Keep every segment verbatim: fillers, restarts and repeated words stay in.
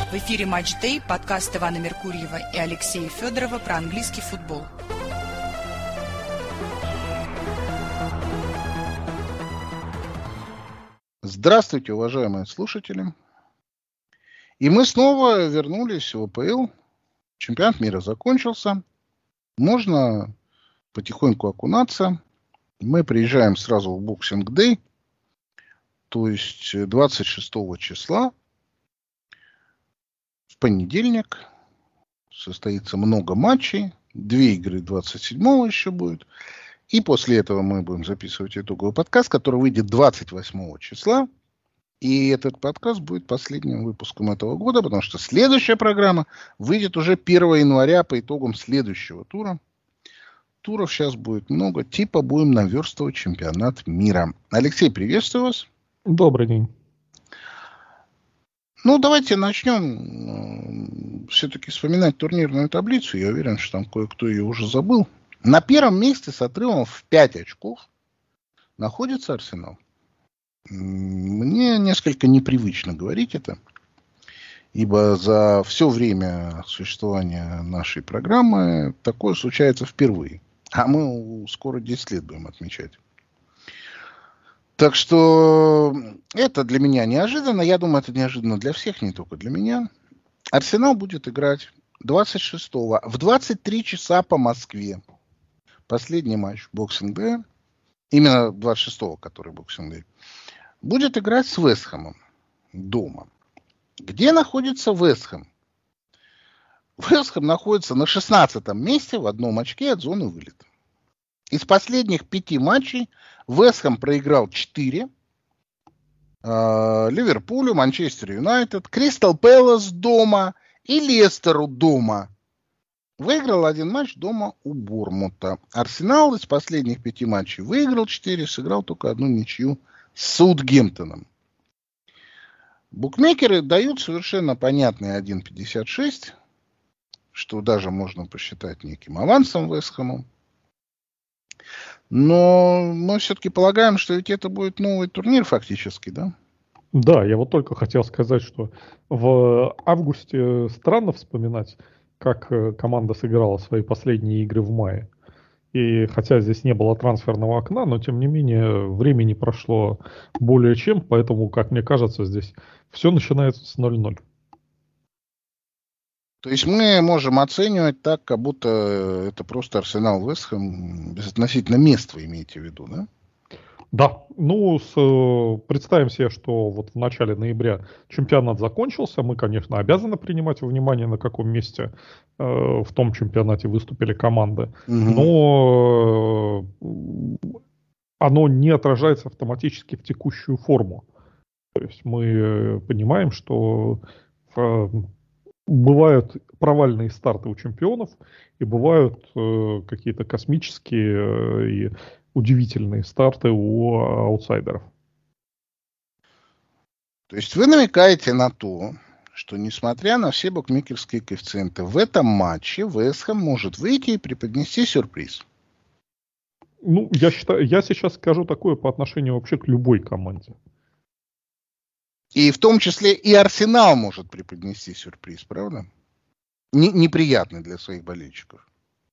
В эфире «Матч Дэй», подкаст Ивана Меркурьева и Алексея Федорова про английский футбол. Здравствуйте, уважаемые слушатели. И мы снова вернулись в АПЛ. Чемпионат мира закончился. Можно потихоньку окунаться. Мы приезжаем сразу в Боксинг Дэй, то есть двадцать шестого числа. В понедельник состоится много матчей. Две игры двадцать седьмого еще будет. И после этого мы будем записывать итоговый подкаст, который выйдет двадцать восьмого числа. И этот подкаст будет последним выпуском этого года, потому что следующая программа выйдет уже первого января по итогам следующего тура. Туров сейчас будет много. Типа будем наверстывать чемпионат мира. Алексей, приветствую вас. Добрый день. Ну, давайте начнем все-таки вспоминать турнирную таблицу. Я уверен, что там кое-кто ее уже забыл. На первом месте с отрывом в пять очков находится Арсенал. Мне несколько непривычно говорить это, ибо за все время существования нашей программы такое случается впервые. А мы скоро десять лет будем отмечать. Так что это для меня неожиданно. Я думаю, это неожиданно для всех, не только для меня. Арсенал будет играть двадцать шестого в двадцать три часа по Москве. Последний матч Боксинг Дэй, именно двадцать шестого, который Боксинг Дэй, будет играть с Вест Хэмом дома. Где находится Вест Хэм? Вест Хэм находится на шестнадцатом месте в одном очке от зоны вылета. Из последних пяти матчей Вест Хэм проиграл четыре. Ливерпулю, Манчестер Юнайтед, Кристал Пэлас дома и Лестеру дома. Выиграл один матч дома у Бормута. Арсенал из последних пяти матчей выиграл четыре, сыграл только одну ничью с Саутгемптоном. Букмекеры дают совершенно понятный один пятьдесят шесть, что даже можно посчитать неким авансом Вест Хэму. Но мы все-таки полагаем, что ведь это будет новый турнир фактически, да? Да, я вот только хотел сказать, что в августе странно вспоминать, как команда сыграла свои последние игры в мае. И хотя здесь не было трансферного окна, но тем не менее времени прошло более чем, поэтому, как мне кажется, здесь все начинается с ноль-ноль. То есть мы можем оценивать так, как будто это просто Арсенал Вест Хэм безотносительно мест, вы имеете в виду, да? Да, ну, с, представим себе, что вот в начале ноября чемпионат закончился, мы, конечно, обязаны принимать во внимание, на каком месте э, в том чемпионате выступили команды, угу. но э, оно не отражается автоматически в текущую форму. То есть мы понимаем, что э, бывают провальные старты у чемпионов и бывают э, какие-то космические э, и удивительные старты у аутсайдеров. То есть вы намекаете на то, что несмотря на все букмекерские коэффициенты, в этом матче Вест Хэм может выйти и преподнести сюрприз? Ну, я считаю, я сейчас скажу такое по отношению вообще к любой команде. И в том числе и Арсенал может преподнести сюрприз, правда? Не, неприятный для своих болельщиков.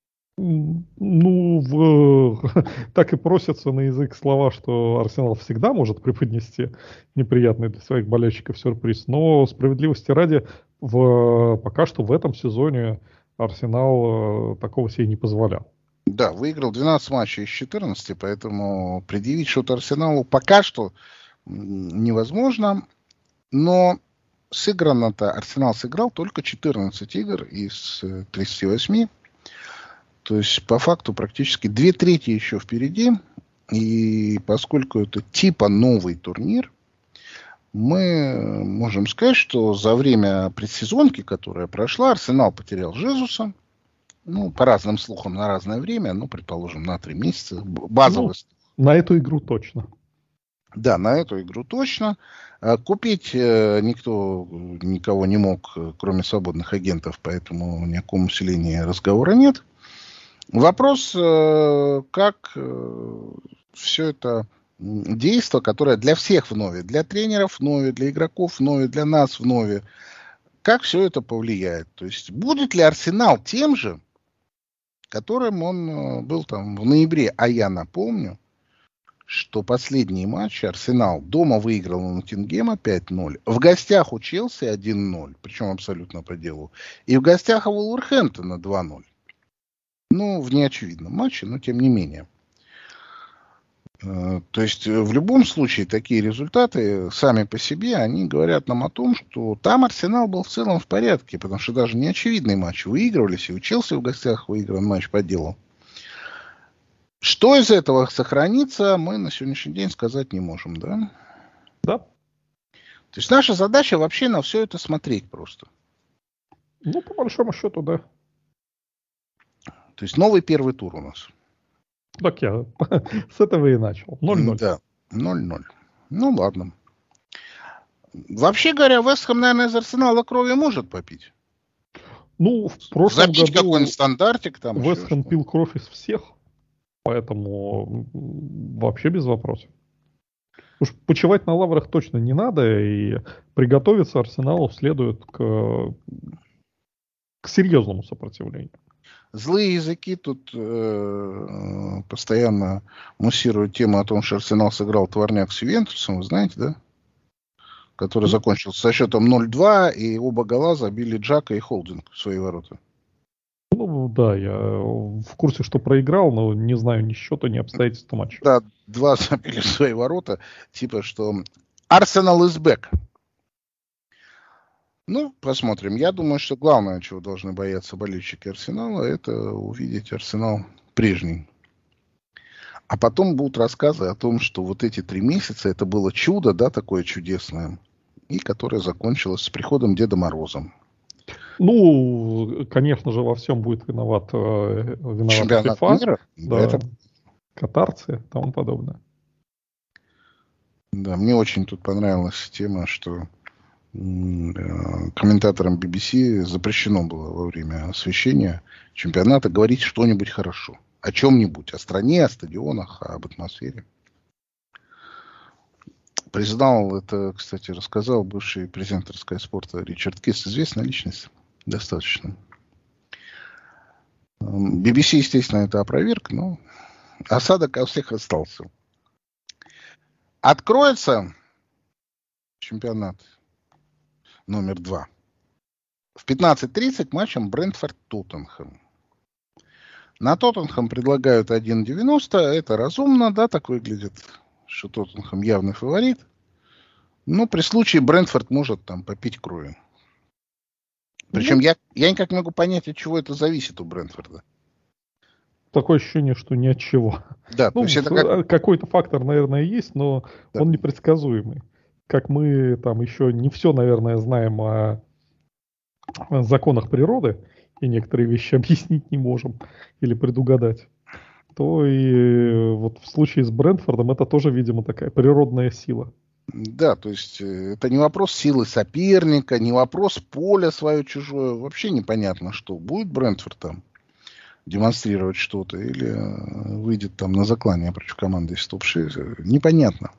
Ну, в, так и просятся на язык слова, что Арсенал всегда может преподнести неприятный для своих болельщиков сюрприз. Но справедливости ради, в, пока что в этом сезоне Арсенал такого себе не позволял. Да, выиграл двенадцать матчей из четырнадцати, поэтому предъявить что-то Арсеналу пока что невозможно. Но сыграно-то, Арсенал сыграл только четырнадцать игр из тридцати восьми. То есть, по факту, практически две трети еще впереди. И поскольку это типа новый турнир, мы можем сказать, что за время предсезонки, которая прошла, Арсенал потерял Жезуса. Ну, по разным слухам, на разное время. Ну, предположим, на три месяца. Базовый. Ну, на эту игру точно. Да, на эту игру точно. Купить никто, никого не мог, кроме свободных агентов, поэтому ни о каком усилении разговора нет. Вопрос, как все это действо, которое для всех вновь, для тренеров вновь, для игроков вновь, для нас вновь, как все это повлияет? То есть будет ли Арсенал тем же, которым он был там в ноябре? А я напомню, что последний матч Арсенал дома выиграл у Ноттингема пять ноль, в гостях у Челси один ноль, причем абсолютно по делу, и в гостях у Вулверхэмптона два ноль. Ну, в неочевидном матче, но тем не менее. То есть в любом случае такие результаты сами по себе, они говорят нам о том, что там Арсенал был в целом в порядке, потому что даже неочевидный матч выигрывались, и у Челси в гостях выигран матч по делу. Что из этого сохранится, мы на сегодняшний день сказать не можем, да? Да. То есть наша задача вообще на все это смотреть просто. Ну, по большому счету, да. То есть новый первый тур у нас. Так я с этого и начал. ноль ноль. Да, ноль ноль. Ну, ладно. Вообще говоря, Вест Хэм, наверное, из Арсенала крови может попить. Ну, в прошлом Забить году какой-нибудь стандартик там. Вест Хэм пил кровь из всех, поэтому вообще без вопросов. Уж почивать на лаврах точно не надо, и приготовиться Арсеналу следует к, к серьезному сопротивлению. Злые языки тут э, постоянно муссируют тему о том, что Арсенал сыграл товарняк с Ювентусом, вы знаете, да? Который закончился со счетом ноль два, и оба гола забили Джака и Холдинг в свои ворота. Ну да, я в курсе, что проиграл, но не знаю ни счета, ни обстоятельств матча. Да, два забили в свои ворота, типа что Арсенал is back. Ну, посмотрим. Я думаю, что главное, чего должны бояться болельщики Арсенала, это увидеть Арсенал прежний. А потом будут рассказы о том, что вот эти три месяца это было чудо, да, такое чудесное, и которое закончилось с приходом Деда Мороза. Ну, конечно же, во всем будет виноват, виноват Чемпионат ФИФА, мира, да, это... катарцы и тому подобное. Да, мне очень тут понравилась тема, что комментаторам би би си запрещено было во время освещения чемпионата говорить что-нибудь хорошо. О чем-нибудь. О стране, о стадионах, об атмосфере. Признал это, кстати, рассказал бывший президент Sky Sport Ричард Кис. Известная личность. Достаточно. би би си, естественно, это опроверг, но осадок у всех остался. Откроется чемпионат номер два. В пятнадцать тридцать матчем Брентфорд-Тоттенхэм. На Тоттенхэм предлагают один девяносто. Это разумно, да, так выглядит, что Тоттенхэм явный фаворит. Но при случае Брентфорд может там попить крови. Причем mm-hmm. я, я никак не могу понять, от чего это зависит у Брентфорда. Такое ощущение, что ни от чего. Да, ну, то есть это как... Какой-то фактор, наверное, есть, но да. он непредсказуемый. Как мы там еще не все, наверное, знаем о законах природы и некоторые вещи объяснить не можем или предугадать, то и вот в случае с Брентфордом это тоже, видимо, такая природная сила. Да, то есть это не вопрос силы соперника, не вопрос поля свое-чужое. Вообще непонятно, что будет Брентфорд там демонстрировать что-то или выйдет там на заклание против команды из топ-шесть. Непонятно.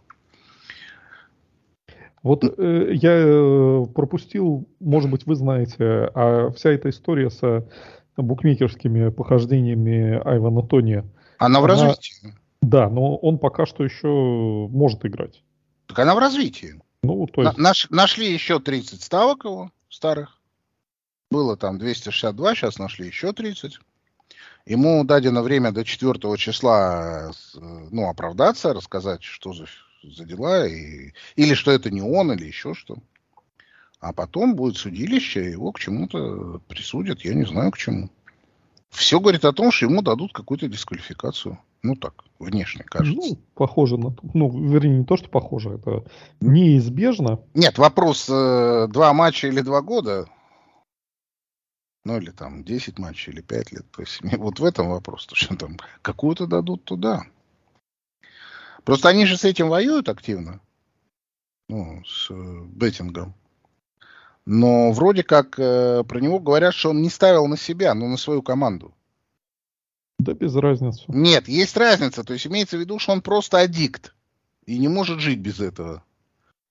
Вот э, я э, пропустил, может быть, вы знаете, а вся эта история с э, букмекерскими похождениями Айвана Тони. Она в она... развитии. Да, но он пока что еще может играть. Так она в развитии. Ну, то есть... На, наш, нашли еще тридцать ставок его, старых. Было там двести шестьдесят два, сейчас нашли еще тридцать. Ему дадено время до четвёртого числа, ну, оправдаться, рассказать, что за... за дела, и, или что это не он, или еще что. А потом будет судилище, его к чему-то присудят, я не знаю к чему. Все говорит о том, что ему дадут какую-то дисквалификацию. Ну так, внешне кажется. Ну, похоже на то. Ну, вернее, не то, что похоже, это неизбежно. Нет, вопрос, э, два матча или два года, ну или там десять матчей или пять лет. То есть вот в этом вопрос, то, что там какую-то дадут туда. Просто они же с этим воюют активно. Ну, с э, беттингом. Но вроде как э, про него говорят, что он не ставил на себя, но на свою команду. Да без разницы. Нет, есть разница. То есть имеется в виду, что он просто аддикт. И не может жить без этого.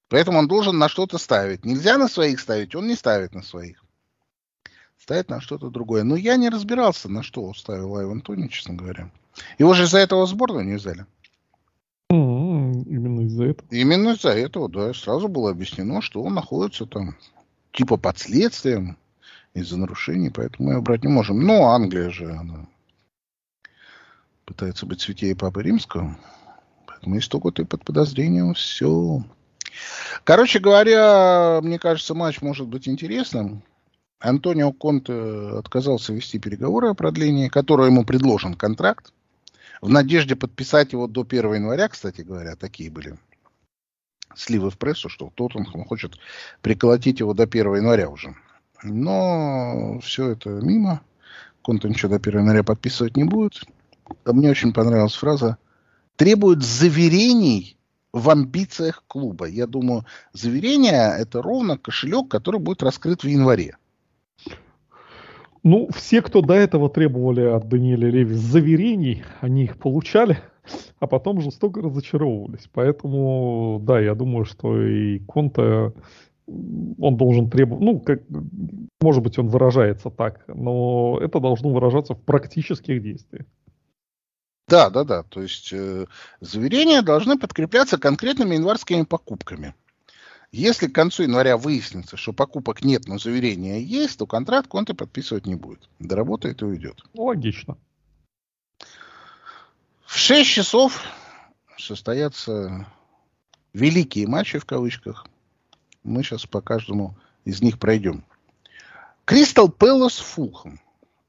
Поэтому он должен на что-то ставить. Нельзя на своих ставить, он не ставит на своих. Ставит на что-то другое. Но я не разбирался, на что ставил Айван Тони, честно говоря. Его же из-за этого в сборную не взяли. Mm-hmm. Именно из-за этого? Именно из-за этого, да. Сразу было объяснено, что он находится там типа под следствием из-за нарушений, поэтому мы его брать не можем. Но Англия же, она пытается быть святее Папы Римского. Поэтому есть только ты под подозрением, все. Короче говоря, мне кажется, матч может быть интересным. Антонио Конте отказался вести переговоры о продлении, который ему предложен контракт. В надежде подписать его до первого января, кстати говоря, такие были сливы в прессу, что Тоттенхэм хочет приколотить его до первого января уже. Но все это мимо. Конте ничего до первого января подписывать не будет. Мне очень понравилась фраза «требует заверений в амбициях клуба». Я думаю, заверение – это ровно кошелек, который будет раскрыт в январе. Ну, все, кто до этого требовали от Даниэля Леви заверений, они их получали, а потом жестоко разочаровывались. Поэтому, да, я думаю, что и Конте, он должен требовать, ну, как, может быть, он выражается так, но это должно выражаться в практических действиях. Да, да, да. То есть э, заверения должны подкрепляться конкретными январскими покупками. Если к концу января выяснится, что покупок нет, но заверения есть, то контракт Конте подписывать не будет. Доработает и уйдет. Логично. В шесть часов состоятся великие матчи в кавычках. Мы сейчас по каждому из них пройдем. Кристал Пэлас Фулхэм.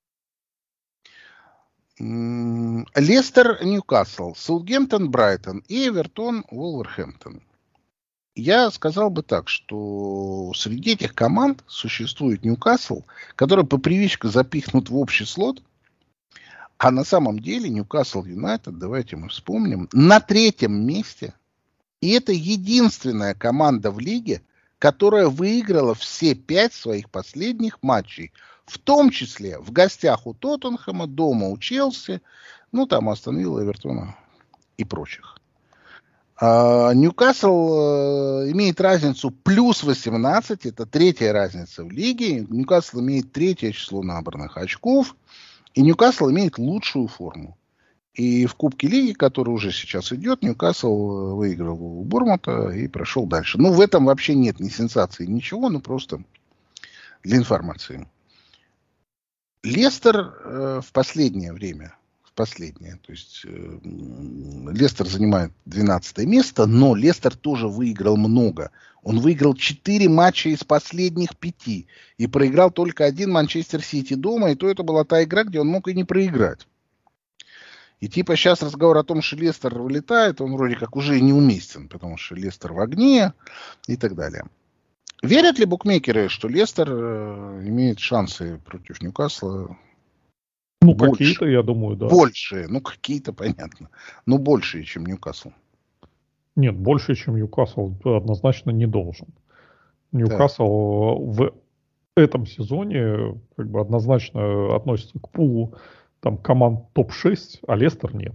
Лестер Ньюкасл. Саутгемптон Брайтон. И Эвертон Вулверхэмптон. Я сказал бы так, что среди этих команд существует Ньюкасл, который по привычке запихнут в общий слот, а на самом деле Ньюкасл Юнайтед, давайте мы вспомним, на третьем месте. И это единственная команда в лиге, которая выиграла все пять своих последних матчей, в том числе в гостях у Тоттенхэма, дома у Челси, ну там Астон Вилла, Эвертона и прочих. Ньюкасл uh, имеет разницу плюс восемнадцать, это третья разница в лиге. Ньюкасл имеет третье число набранных очков, и Ньюкасл имеет лучшую форму. И в Кубке Лиги, который уже сейчас идет, Ньюкасл выиграл у Борнмута и прошел дальше. Ну, в этом вообще нет ни сенсации, ничего, ну просто для информации. Лестер uh, в последнее время последнее. То есть э, Лестер занимает двенадцатое место, но Лестер тоже выиграл много. Он выиграл четыре матча из последних пяти и проиграл только один Манчестер Сити дома, и то это была та игра, где он мог и не проиграть. И типа сейчас разговор о том, что Лестер вылетает, он вроде как уже и неуместен, потому что Лестер в огне и так далее. Верят ли букмекеры, что Лестер э, имеет шансы против Ньюкасла? Ну, какие-то, я думаю, да. Большие, ну, какие-то, понятно. Но большие, чем Ньюкасл. Нет, больше, чем Ньюкасл, однозначно не должен. Ньюкасл да. в этом сезоне как бы однозначно относится к пулу там, команд топ шесть, а Лестер нет.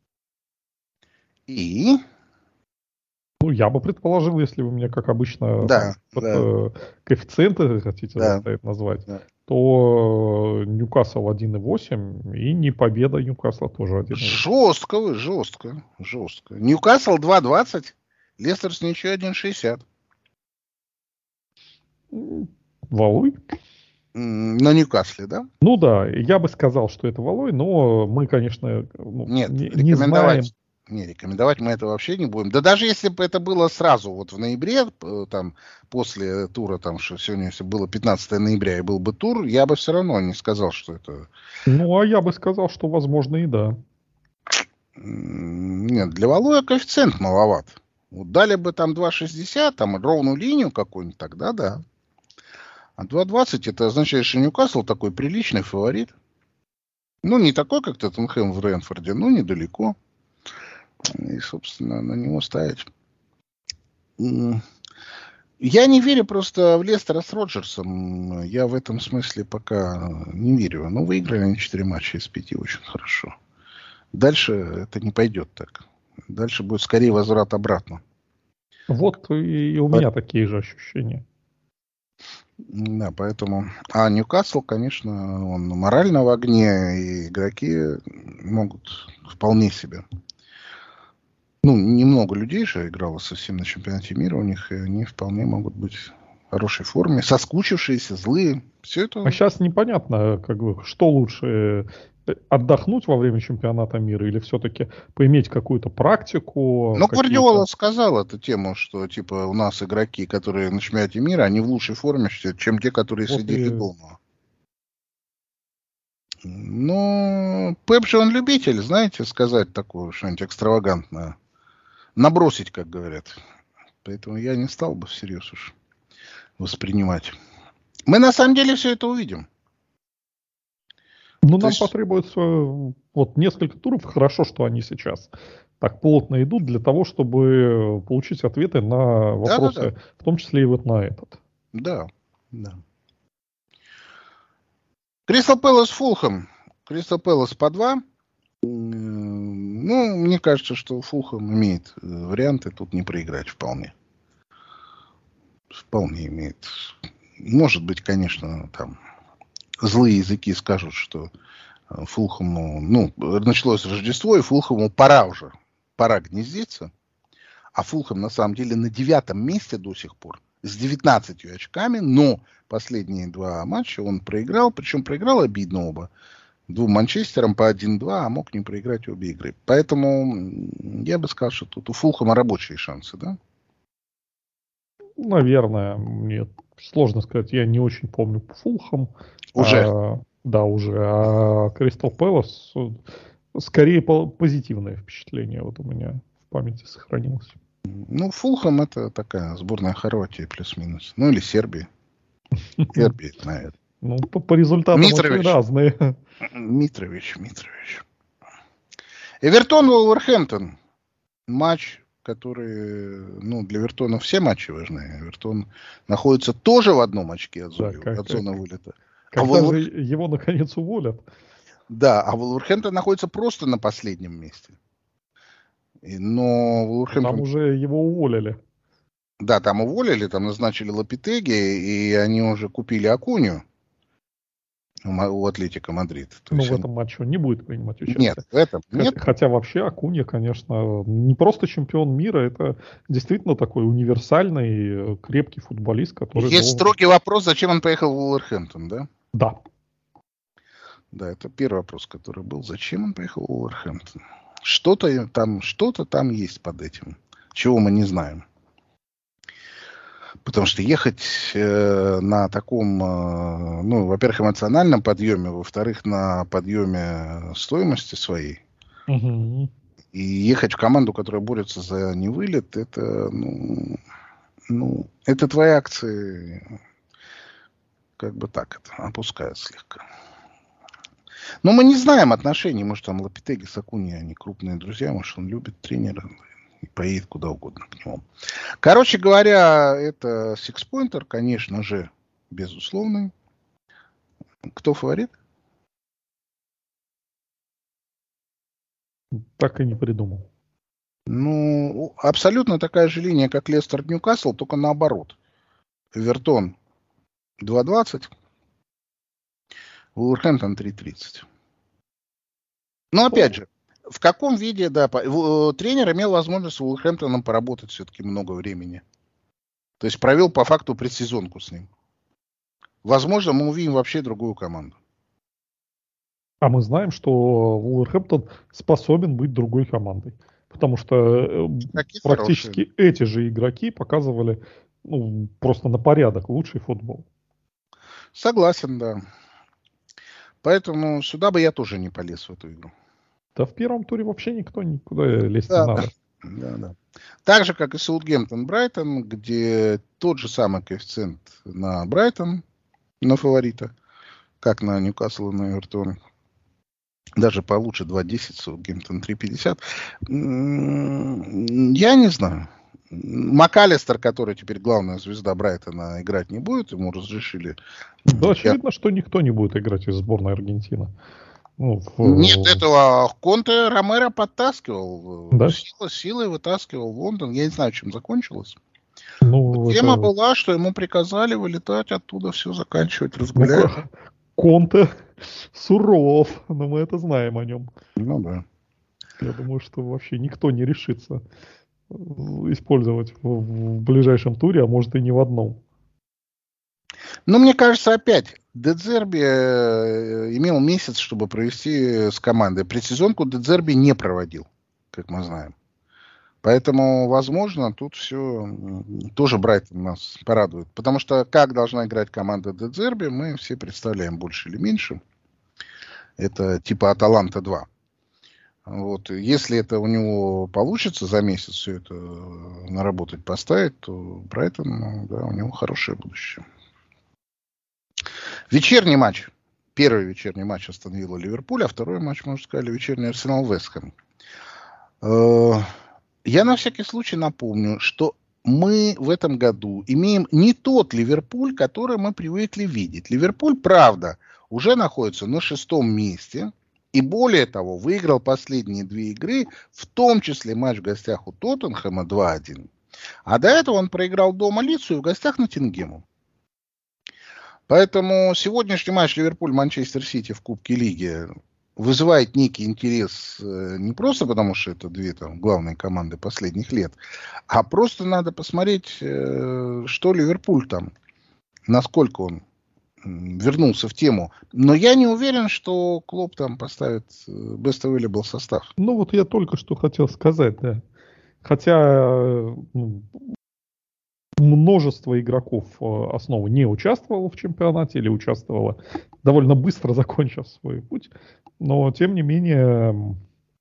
И? Ну, я бы предположил, если вы мне, как обычно, да, там, да. Вот, коэффициенты хотите да. назвать, да. то Ньюкасл один и восемь, и не победа Ньюкасла тоже один и восемь. Жестко вы, жестко, жестко. Ньюкасл два двадцать, Лестер с ничью один шестьдесят. Валуй? На Ньюкасле, да? Ну да, я бы сказал, что это валуй, но мы, конечно, ну, Нет, не, не знаем. Не, рекомендовать мы это вообще не будем. Да даже если бы это было сразу, вот в ноябре, там, после тура, там, что сегодня, если было пятнадцатое ноября и был бы тур, я бы все равно не сказал, что это... Ну, а я бы сказал, что возможно и да. Нет, для Валуя коэффициент маловат. Вот дали бы там два шестьдесят, там, ровную линию какую-нибудь, тогда да. А два двадцать это означает, что Ньюкасл такой приличный фаворит. Ну, не такой, как Тоттенхэм в Рэнфорде, но недалеко. И, собственно, на него ставить. Я не верю просто в Лестера с Роджерсом. Я в этом смысле пока не верю. Но выиграли они четыре матча из пяти очень хорошо. Дальше это не пойдет так. Дальше будет скорее возврат обратно. Вот и у меня такие же ощущения. Да, поэтому... А Ньюкасл, конечно, он морально в огне, и игроки могут вполне себе... Ну, немного людей же играло совсем на чемпионате мира у них, и они вполне могут быть в хорошей форме, соскучившиеся, злые. Все это... А сейчас непонятно, как бы, что лучше, отдохнуть во время чемпионата мира или все-таки поиметь какую-то практику? Ну, какие-то... Гвардиола сказал эту тему, что, типа, у нас игроки, которые на чемпионате мира, они в лучшей форме, чем те, которые вот сидели и... дома. Ну, Пеп же он любитель, знаете, сказать такое что-нибудь экстравагантное. Набросить, как говорят. Поэтому я не стал бы всерьез уж воспринимать. Мы на самом деле все это увидим. Ну, нам есть... потребуется вот несколько туров. Хорошо, что они сейчас так плотно идут для того, чтобы получить ответы на вопросы, да, да, да. В том числе и вот на этот. Да, да. Кристал Пэлас Фулхэм. Кристал Пэлас по два. Ну, мне кажется, что Фулхэм имеет варианты тут не проиграть вполне. Вполне имеет. Может быть, конечно, там злые языки скажут, что Фулхэму, ну, началось Рождество, и Фулхэму пора уже, пора гнездиться. А Фулхэм, на самом деле, на девятом месте до сих пор, с девятнадцатью очками, но последние два матча он проиграл, причем проиграл обидно оба. Двум Манчестерам по один-два, а мог не проиграть обе игры. Поэтому я бы сказал, что тут у Фулхэма рабочие шансы, да? Наверное, мне сложно сказать, я не очень помню Фулхэм. Уже? А, да, уже. А Кристал Пэлас скорее позитивное впечатление вот у меня в памяти сохранилось. Ну, Фулхэм это такая сборная Хорватии плюс-минус. Ну, или Сербии. Сербии, наверное. Ну, по, по результатам очень разные. Митрович, Митрович. Эвертон, Вулверхэмптон. Матч, который, ну, для Эвертона все матчи важны. Эвертон находится тоже в одном очке от, зоны, да, как, от зоны вылета. Когда а Вулвер... же его наконец уволят? Да, а Вулверхэмптон находится просто на последнем месте. И, но Вулверхэмптон... Там уже его уволили. Да, там уволили, там назначили Лопетеги, и они уже купили Акунью у Атлетико Мадрид. То ну, в этом он... матче он не будет принимать участие. Нет, в этом нет. Хотя, хотя вообще Акунья, конечно, не просто чемпион мира, это действительно такой универсальный, крепкий футболист, который... Есть должен... строгий вопрос, зачем он поехал в Вулверхэмптон, да? Да. Да, это первый вопрос, который был. Зачем он поехал в Вулверхэмптон? Что-то там, что-то там есть под этим, чего мы не знаем. Потому что ехать э, на таком, э, ну, во-первых, эмоциональном подъеме, во-вторых, на подъеме стоимости своей, угу. И ехать в команду, которая борется за невылет, это, ну, ну, это твои акции, как бы так, это опускают слегка. Но мы не знаем отношений, может, там Лопетеги с Акуньей, они крупные друзья, может, он любит тренера и поедет куда угодно к нему. Короче говоря, это сикспоинтер, конечно же, безусловный. Кто фаворит? Так и не придумал. Ну, абсолютно такая же линия, как Лестер Ньюкасл, только наоборот. Эвертон два двадцать, Вулверхэмптон три тридцать. Но опять же, в каком виде, да, тренер имел возможность с Вулверхэмптоном поработать все-таки много времени. То есть провел по факту предсезонку с ним. Возможно, мы увидим вообще другую команду. А мы знаем, что Вулверхэмптон способен быть другой командой. Потому что Какие практически хорошие. Эти же игроки показывали, ну, просто на порядок лучший футбол. Согласен, да. Поэтому сюда бы я тоже не полез в эту игру. Да в первом туре вообще никто никуда лезть да, не надо. Да, да. Так же, как и Саутгемптон-Брайтон, где тот же самый коэффициент на Брайтон, на фаворита, как на Ньюкасл и на Эвертон. Даже получше два десять, Саутгемптон три пятьдесят. Я не знаю. МакАлистер, который теперь главная звезда Брайтона, играть не будет, ему разрешили. Да, очевидно, Я... что никто не будет играть из сборной Аргентины. Ну, в... Нет, этого Конте Ромеро подтаскивал. Да? Сила, силой вытаскивал в Лондон. Я не знаю, чем закончилось. Ну, Тема это... была, что ему приказали вылетать оттуда, все заканчивать, Ну, разгулять. Конте суров, но мы это знаем о нем. Ну да. Я думаю, что вообще никто не решится использовать в, в ближайшем туре, а может и не в одном. Но мне кажется, опять, Де Зерби имел месяц, чтобы провести с командой. Предсезонку Де Зерби не проводил, как мы знаем. Поэтому, возможно, тут все тоже Брайтон нас порадует. Потому что как должна играть команда Де Зерби, мы все представляем больше или меньше. Это типа Аталанта два. Вот. Если это у него получится за месяц все это наработать, поставить, то Брайтон, ну, да, у него хорошее будущее. Вечерний матч. Первый вечерний матч Астон Вилла Ливерпуль, а второй матч, можно сказать, вечерний Арсенал Вест Хэм. Я на всякий случай напомню, что мы в этом году имеем не тот Ливерпуль, который мы привыкли видеть. Ливерпуль, правда, уже находится на шестом месте. И более того, выиграл последние две игры, в том числе матч в гостях у Тоттенхэма два один. А до этого он проиграл дома Лидсу и в гостях Ноттингему. Поэтому сегодняшний матч Ливерпуль-Манчестер Сити в Кубке Лиги вызывает некий интерес не просто потому, что это две там главные команды последних лет, а просто надо посмотреть, что Ливерпуль там, насколько он вернулся в тему. Но я не уверен, что Клоп там поставит best available состав. Ну, вот я только что хотел сказать, да. Хотя ну, множество игроков основы не участвовало в чемпионате или участвовало довольно быстро, закончив свой путь. Но, тем не менее,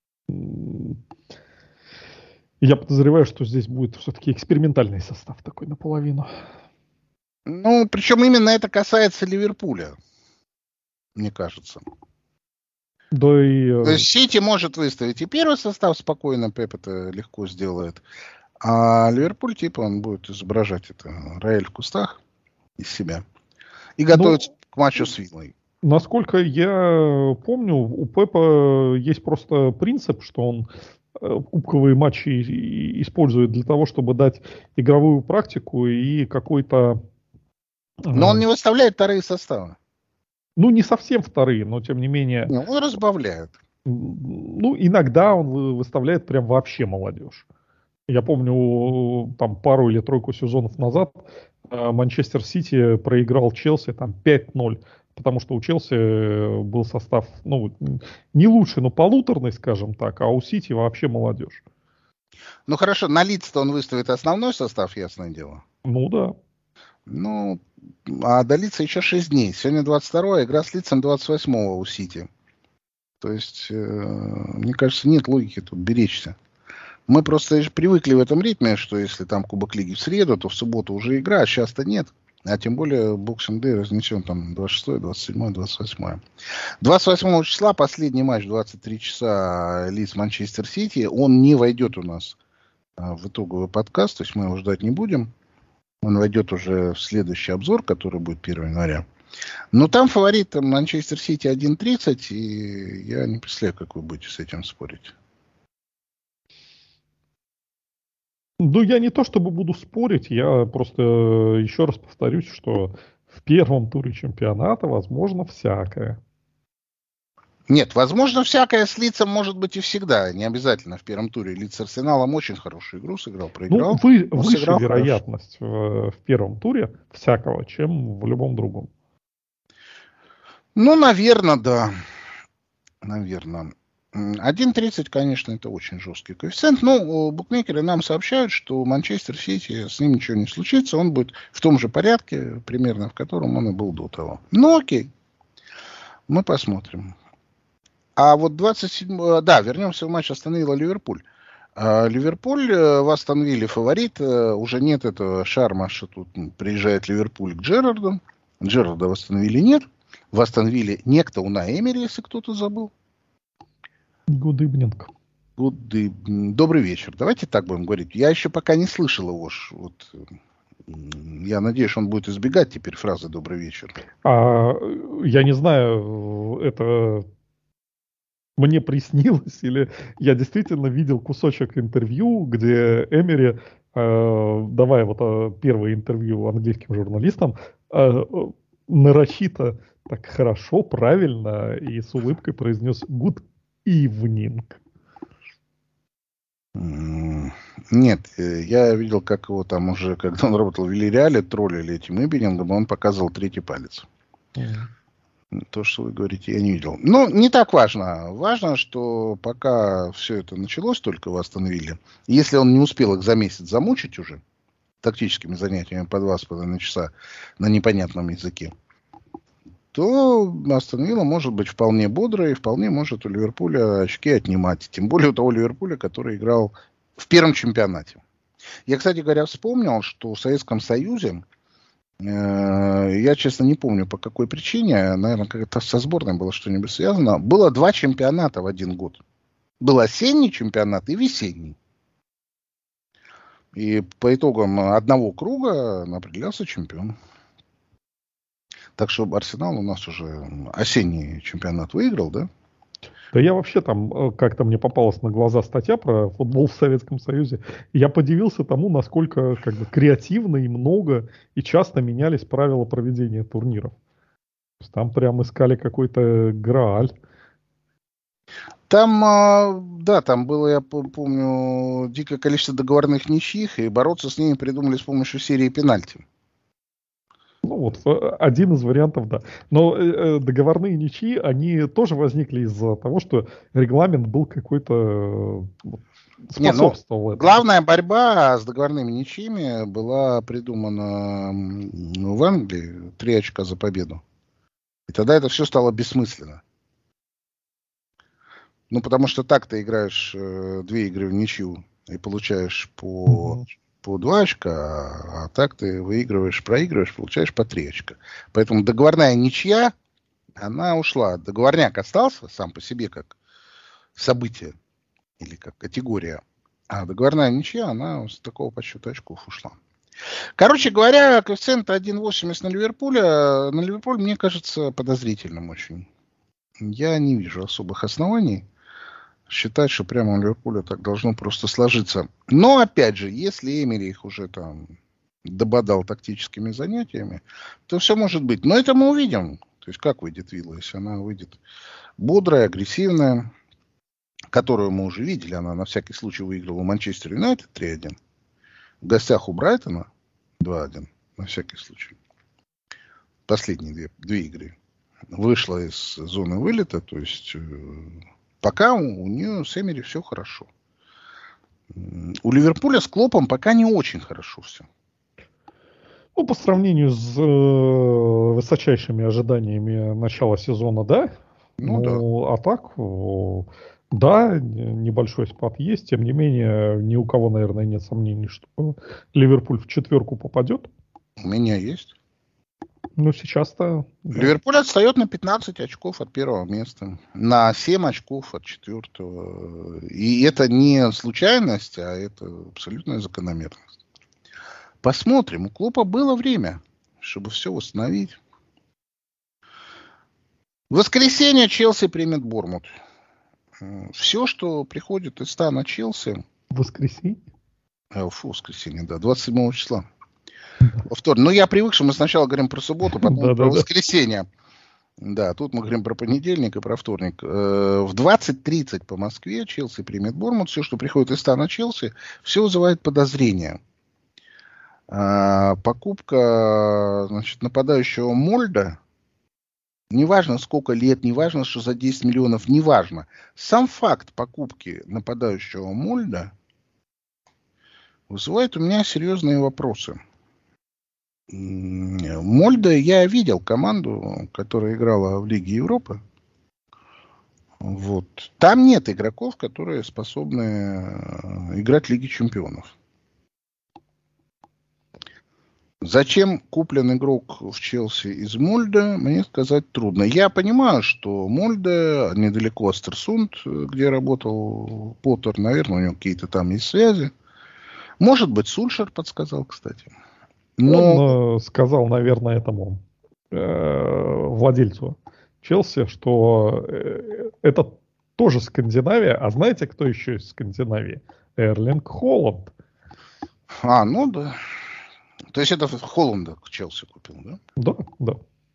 я подозреваю, что здесь будет все-таки экспериментальный состав такой наполовину. Ну, причем именно это касается Ливерпуля, мне кажется. Да и... То есть Сити может выставить и первый состав спокойно, Пеп это легко сделает. А Ливерпуль, типа, он будет изображать это рояль в кустах из себя. И готовиться ну, к матчу с Виллой. Насколько я помню, у Пепа есть просто принцип, что он кубковые матчи использует для того, чтобы дать игровую практику и какой-то... Но он не выставляет вторые составы. Ну, не совсем вторые, но тем не менее... Не, он разбавляет. Ну, иногда он выставляет прям вообще молодежь. Я помню, там пару или тройку сезонов назад Манчестер Сити проиграл Челси там пять ноль, потому что у Челси был состав, ну, не лучший, но полуторный, скажем так, а у Сити вообще молодежь. Ну, хорошо, на Лидс-то он выставит основной состав, ясное дело. Ну, да. Ну, а до Лидса еще шесть дней. Сегодня двадцать второе, игра с Лидсом двадцать восьмого у Сити. То есть, э, мне кажется, нет логики тут беречься. Мы просто привыкли в этом ритме, что если там Кубок Лиги в среду, то в субботу уже игра, а сейчас-то нет. А тем более Boxing Day разнесен там двадцать шестое, двадцать седьмое, двадцать восьмое. двадцать восьмого числа последний матч, двадцать три часа Лидс Манчестер Сити. Он не войдет у нас а, в итоговый подкаст, то есть мы его ждать не будем. Он войдет уже в следующий обзор, который будет первого января. Но там фаворит там, Манчестер Сити один тридцать, и я не представляю, как вы будете с этим спорить. Ну, я не то чтобы буду спорить, я просто еще раз повторюсь, что в первом туре чемпионата возможно всякое. Нет, возможно, всякое с Лидсом может быть и всегда. Не обязательно в первом туре. Лидс с Арсеналом очень хорошую игру сыграл, проиграл. Ну, вы, выше сыграл вероятность в, в первом туре всякого, чем в любом другом. Ну, наверное, да. Наверное. один тридцать, конечно, это очень жесткий коэффициент. Но букмекеры нам сообщают, что Манчестер Сити, с ним ничего не случится. Он будет в том же порядке, примерно в котором он и был до того. Ну, окей. Мы посмотрим. А вот двадцать седьмого... Да, вернемся в матч Астон Вилла Ливерпуль. Ливерпуль в Астон Вилле фаворит. Уже нет этого шарма, что тут приезжает Ливерпуль к Джерарду. Джерарда в Астон Вилле нет. В Астон Вилле некто Унай Эмери, если кто-то забыл. Good evening. Good evening. Добрый вечер. Давайте так будем говорить. Я еще пока не слышал его. Вот, я надеюсь, он будет избегать теперь фразы «добрый вечер». А, я не знаю, это мне приснилось, или я действительно видел кусочек интервью, где Эмери, э, давая вот э, первое интервью английским журналистам, э, нарочито так хорошо, правильно и с улыбкой произнес «good evening». Нет, я видел, как его там уже, когда он работал в Вильяреале, троллили этим Ибинингом, и он показывал третий палец. Mm. То, что вы говорите, я не видел. Но не так важно. Важно, что пока все это началось только в Астон Вилле, если он не успел их за месяц замучить уже тактическими занятиями по два с половиной часа на непонятном языке, то Астон Вилла может быть вполне бодрой и вполне может у Ливерпуля очки отнимать. Тем более у того Ливерпуля, который играл в первом чемпионате. Я, кстати говоря, вспомнил, что в Советском Союзе, э, я, честно, не помню по какой причине, наверное, как-то со сборной было что-нибудь связано, было два чемпионата в один год. Был осенний чемпионат и весенний. И по итогам одного круга определялся чемпион. Так что Арсенал у нас уже осенний чемпионат выиграл, да? Да я вообще там, как-то мне попалась на глаза статья про футбол в Советском Союзе, и я подивился тому, насколько как бы креативно и много и часто менялись правила проведения турниров. То есть там прям искали какой-то грааль. Там, да, там было, я помню, дикое количество договорных ничьих, и бороться с ними придумали с помощью серии пенальти. Ну вот, один из вариантов, да. Но э, договорные ничьи, они тоже возникли из-за того, что регламент был какой-то э, способствовал. Не, ну, главная борьба с договорными ничьими была придумана ну, в Англии, три очка за победу. И тогда это все стало бессмысленно. Ну, потому что так ты играешь э, две игры в ничью и получаешь по... Mm-hmm. по два очка, а, а так ты выигрываешь, проигрываешь, получаешь по три очка. Поэтому договорная ничья, она ушла. Договорняк остался сам по себе как событие или как категория. А договорная ничья, она с такого подсчета очков ушла. Короче говоря, коэффициент один восемьдесят на Ливерпуля, на Ливерпуль, мне кажется, подозрительным очень. Я не вижу особых оснований считать, что прямо у Ливерпуля так должно просто сложиться. Но, опять же, если Эмери их уже там дободал тактическими занятиями, то все может быть. Но это мы увидим. То есть, как выйдет Вилла, если она выйдет бодрая, агрессивная, которую мы уже видели. Она на всякий случай выиграла у Манчестер Юнайтед три один. В гостях у Брайтона два один. На всякий случай. Последние две, две игры. Вышла из зоны вылета, то есть... Пока у, у нее с Эмери все хорошо. У Ливерпуля с Клопом пока не очень хорошо все. Ну, по сравнению с э, высочайшими ожиданиями начала сезона, да. Ну, ну да. А так, о, да, небольшой спад есть. Тем не менее, ни у кого, наверное, нет сомнений, что Ливерпуль в четверку попадет. У меня есть. Ну, сейчас-то... Да. Ливерпуль отстает на пятнадцать очков от первого места. На семь очков от четвертого. И это не случайность, а это абсолютная закономерность. Посмотрим. У Клопа было время, чтобы все восстановить. В воскресенье Челси примет Борнмут. Все, что приходит из стана Челси... Воскресенье? А, фу, воскресенье, да. двадцать седьмого числа. Во вторник. Ну, я привык, что мы сначала говорим про субботу, потом про воскресенье. Да, тут мы говорим про понедельник и про вторник. В двадцать тридцать по Москве Челси примет Борнмут. Все, что приходит из стана Челси, все вызывает подозрения. Покупка, значит, нападающего Мольда, неважно сколько лет, неважно, что за десять миллионов, неважно. Сам факт покупки нападающего Мольда вызывает у меня серьезные вопросы. Мольда, я видел команду, которая играла в Лиге Европы. Вот. Там нет игроков, которые способны играть в Лиге Чемпионов. Зачем куплен игрок в Челси из Мольда, мне сказать трудно. Я понимаю, что Мольда недалеко Астерсунд, где работал Поттер, наверное, у него какие-то там есть связи. Может быть, Сульшер подсказал, кстати. Но... Он э, сказал, наверное, этому э, владельцу Челси, что э, это тоже Скандинавия. А знаете, кто еще из Скандинавии? Эрлинг Холланд. А, ну да. То есть это Холланда Челси купил, да? Да, да.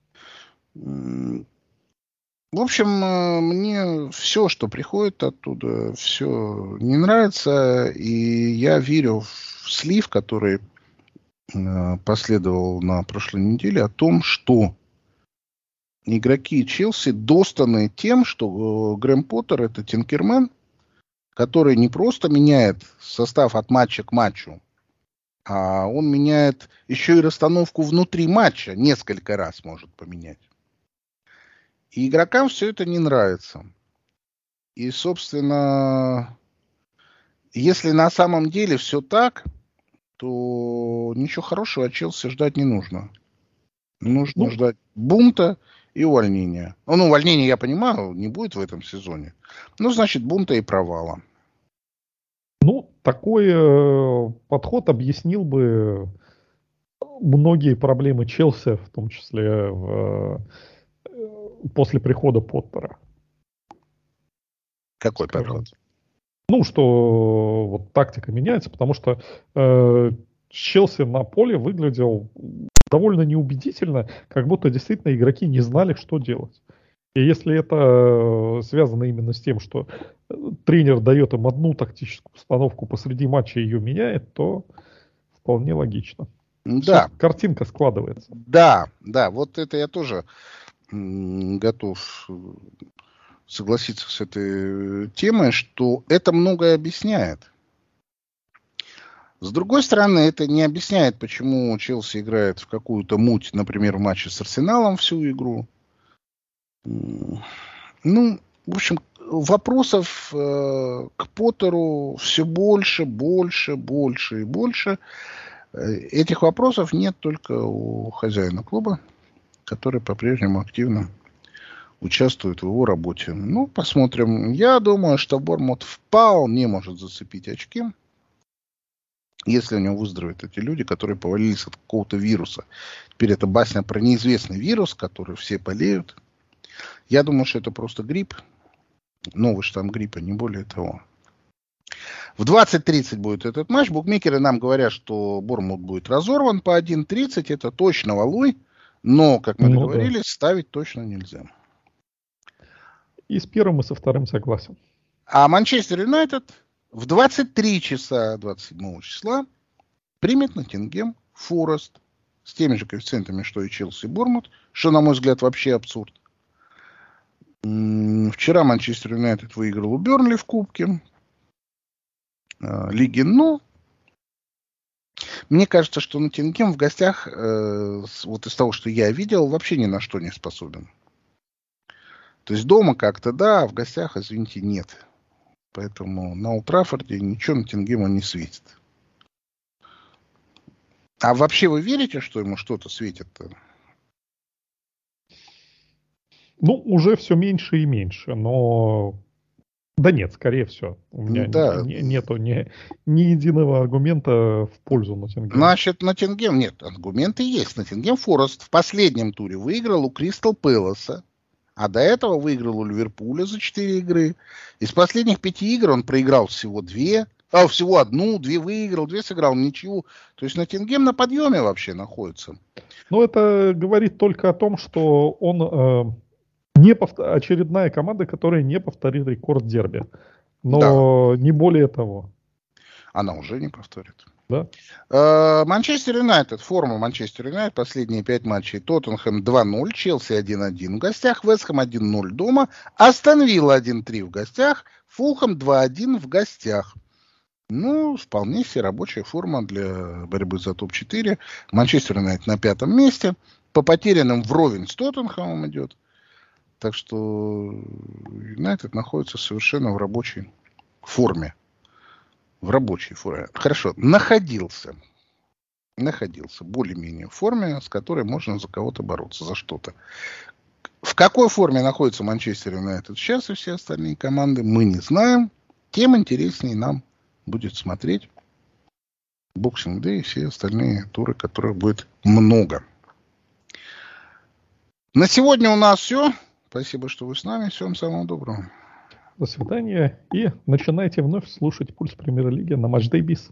В общем, мне все, что приходит оттуда, все не нравится. И я верю в слив, который последовал на прошлой неделе, о том, что игроки Челси достаны тем, что Грэм Поттер — это Тинкермен, который не просто меняет состав от матча к матчу, а он меняет еще и расстановку внутри матча, несколько раз может поменять. И игрокам все это не нравится. И, собственно, если на самом деле все так, то ничего хорошего от Челси ждать не нужно. Нужно ну, ждать бунта и увольнения. Ну, увольнения, я понимаю, не будет в этом сезоне. Ну, значит, бунта и провала. Ну, такой э, подход объяснил бы многие проблемы Челси, в том числе в, э, после прихода Поттера. Какой подход? Ну, что вот тактика меняется, потому что э, Челси на поле выглядел довольно неубедительно, как будто действительно игроки не знали, что делать. И если это связано именно с тем, что тренер дает им одну тактическую установку, посреди матча ее меняет, то вполне логично. Да. Все, картинка складывается. Да, да, вот это я тоже м, готов согласиться с этой темой, что это многое объясняет. С другой стороны, это не объясняет, почему Челси играет в какую-то муть, например, в матче с Арсеналом всю игру. Ну, в общем, вопросов э, к Поттеру все больше, больше, больше и больше. Этих вопросов нет только у хозяина клуба, который по-прежнему активно участвует в его работе. Ну, посмотрим. Я думаю, что Борнмут вполне может зацепить очки, если у него выздоровеют эти люди, которые повалились от какого-то вируса. Теперь это басня про неизвестный вирус, который все болеют. Я думаю, что это просто грипп. Новый штамм гриппа, не более того. В двадцать тридцать будет этот матч. Букмекеры нам говорят, что Борнмут будет разорван по один тридцать. Это точно валуй. Но, как мы ну, договорились, да. ставить точно нельзя. И с первым, и со вторым согласен. А Манчестер Юнайтед в двадцать три часа двадцать седьмого числа примет Ноттингем Форест с теми же коэффициентами, что и Челси и Борнмут, что, на мой взгляд, вообще абсурд. Вчера Манчестер Юнайтед выиграл у Бернли в Кубке э, Лиги. Но мне кажется, что Ноттингем в гостях, э, вот из того, что я видел, вообще ни на что не способен. То есть дома как-то да, а в гостях, извините, нет. Поэтому на Олд Траффорде ничего Ноттингему не светит. А вообще вы верите, что ему что-то светит-то? Ну, уже все меньше и меньше, но... Да нет, скорее всего. У меня да. не, не, нету ни, ни единого аргумента в пользу Ноттингема. Значит, Ноттингем... Нет, аргументы есть. Ноттингем Форест в последнем туре выиграл у Кристал Пэласа, а до этого выиграл у Ливерпуля за четыре игры. Из последних пяти игр он проиграл всего две, а всего одну, две выиграл, две сыграл, ничью. То есть Ноттингем на подъеме вообще находится. Ну, это говорит только о том, что он... Э... Не повтор... очередная команда, которая не повторит рекорд дерби. Но да. Не более того. Она уже не повторит. Да. Манчестер Юнайтед. Форма Манчестер Юнайтед. Последние пять матчей. Тоттенхэм два ноль. Челси один один в гостях. Вест Хэм один ноль дома. Астон Вилла один три в гостях. Фулхэм два один в гостях. Ну, вполне себе рабочая форма для борьбы за топ четыре. Манчестер Юнайтед на пятом месте. По потерянным вровень с Тоттенхэмом идет. Так что Юнайтед находится совершенно в рабочей форме. В рабочей форме. Хорошо, находился. Находился более-менее в форме, с которой можно за кого-то бороться, за что-то. В какой форме находится Манчестер Юнайтед сейчас и все остальные команды, мы не знаем. Тем интереснее нам будет смотреть Боксинг Дэй и все остальные туры, которых будет много. На сегодня у нас все. Спасибо, что вы с нами. Всем самого доброго. До свидания. И начинайте вновь слушать «Пульс Премьер-лиги» на Matchday Biz.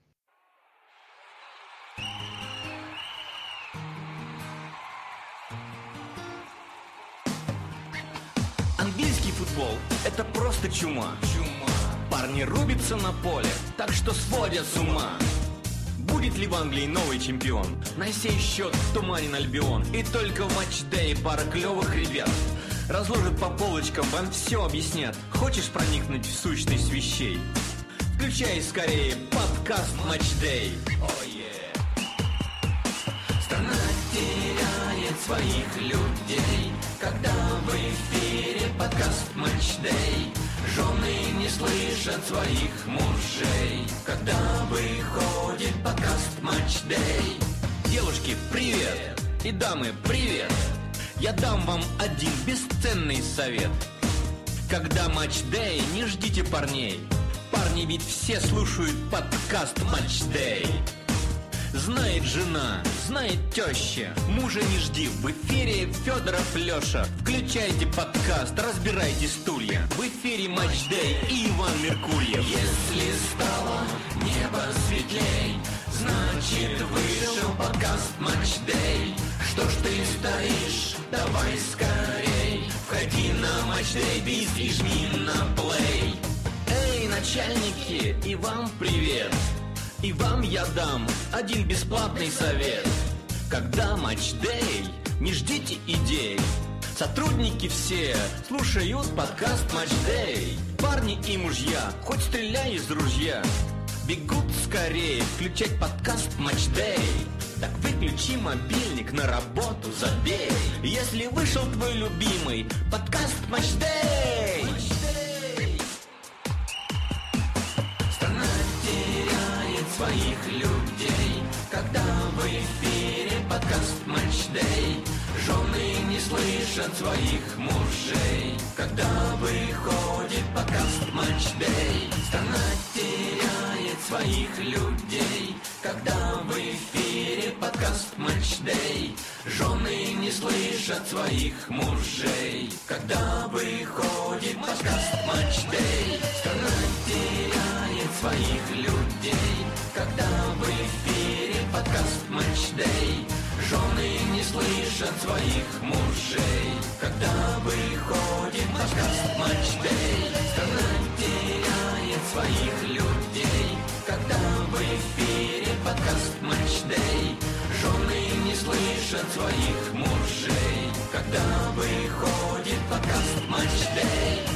Английский футбол – это просто чума. чума. Парни рубятся на поле, так что сводят с ума. Будет ли в Англии новый чемпион? На сей счет туманен Альбион. И только в матчдее пара клевых ребят разложат по полочкам, вам все объяснят. Хочешь проникнуть в сущность вещей? Включай скорее подкаст Матчдей. Oh, yeah. Страна теряет своих людей, когда в эфире подкаст Матчдей. Жены не слышат своих мужей, когда выходит подкаст Матчдей. Девушки, привет! И дамы, привет! Я дам вам один бесценный совет. Когда матчдей, не ждите парней. Парни ведь все слушают подкаст Матчдей. Знает жена, знает теща, мужа не жди. В эфире Федоров Леша. Включайте подкаст, разбирайте стулья. В эфире Матчдей и Иван Меркурьев. Если стало небо светлей, значит вышел подкаст Матчдей. Что ж ты стоишь? Давай скорей. Входи на Матчдей Biz и жми на плей. Эй, начальники, и вам привет. И вам я дам один бесплатный совет. Когда матчдей, не ждите идей. Сотрудники все слушают подкаст Матчдей. Парни и мужья, хоть стреляй из ружья, бегут скорее включать подкаст Матчдей. Так выключи мобильник, на работу забей. Если вышел твой любимый подкаст Матчдей. Страна теряет своих людей, когда в эфире подкаст Матчдей. Жены не слышат своих мужей, когда выходит подкаст Матчдей. Страна теряет своих людей, когда в эфире подкаст Матчдей. Жены не слышат своих мужей, когда выходит подкаст Матчдей. Страна теряет своих людей, когда в эфире подкаст Матчдей. Жены не слышат своих мужей, когда выходит подкаст Матчдей. Страна теряет своих людей, когда в эфире подкаст Матчдей. Жены не слышат своих мужей, когда выходит подкаст Матчдей.